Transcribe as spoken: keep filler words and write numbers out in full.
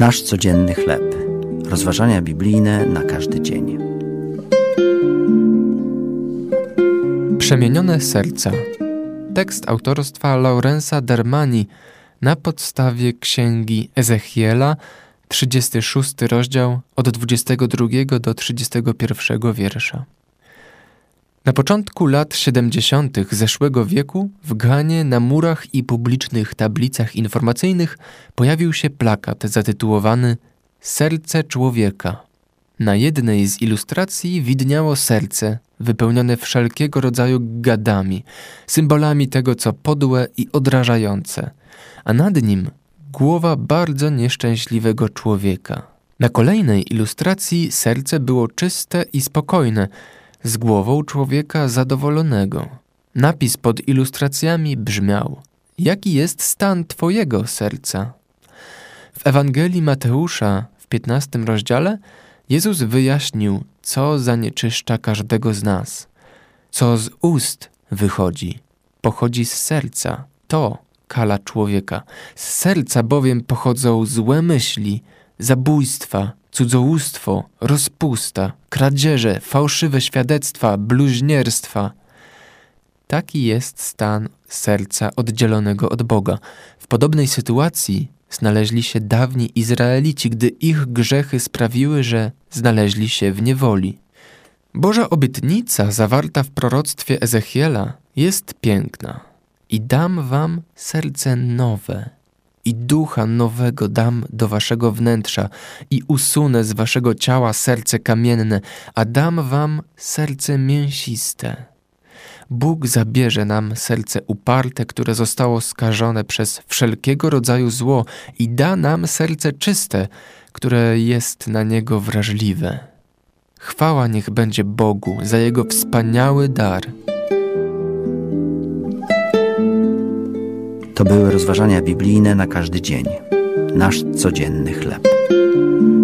Nasz codzienny chleb. Rozważania biblijne na każdy dzień. Przemienione serca. Tekst autorstwa Laurensa Darmani na podstawie księgi Ezechiela, trzydziesty szósty rozdział, od dwudziestego drugiego do trzydziestego pierwszego wiersza. Na początku lat siedemdziesiątych zeszłego wieku w Ghanie na murach i publicznych tablicach informacyjnych pojawił się plakat zatytułowany „Serce człowieka”. Na jednej z ilustracji widniało serce wypełnione wszelkiego rodzaju gadami, symbolami tego, co podłe i odrażające, a nad nim głowa bardzo nieszczęśliwego człowieka. Na kolejnej ilustracji serce było czyste i spokojne, z głową człowieka zadowolonego. Napis pod ilustracjami brzmiał: jaki jest stan twojego serca? W Ewangelii Mateusza w piętnastym rozdziale Jezus wyjaśnił, co zanieczyszcza każdego z nas. Co z ust wychodzi, pochodzi z serca. To kala człowieka. Z serca bowiem pochodzą złe myśli, zabójstwa, cudzołóstwo, rozpusta, kradzieże, fałszywe świadectwa, bluźnierstwa. Taki jest stan serca oddzielonego od Boga. W podobnej sytuacji znaleźli się dawni Izraelici, gdy ich grzechy sprawiły, że znaleźli się w niewoli. Boża obietnica zawarta w proroctwie Ezechiela jest piękna. I dam wam serce nowe, i ducha nowego dam do waszego wnętrza, i usunę z waszego ciała serce kamienne, a dam wam serce mięsiste. Bóg zabierze nam serce uparte, które zostało skażone przez wszelkiego rodzaju zło, i da nam serce czyste, które jest na niego wrażliwe. Chwała niech będzie Bogu za Jego wspaniały dar. To były rozważania biblijne na każdy dzień. Nasz codzienny chleb.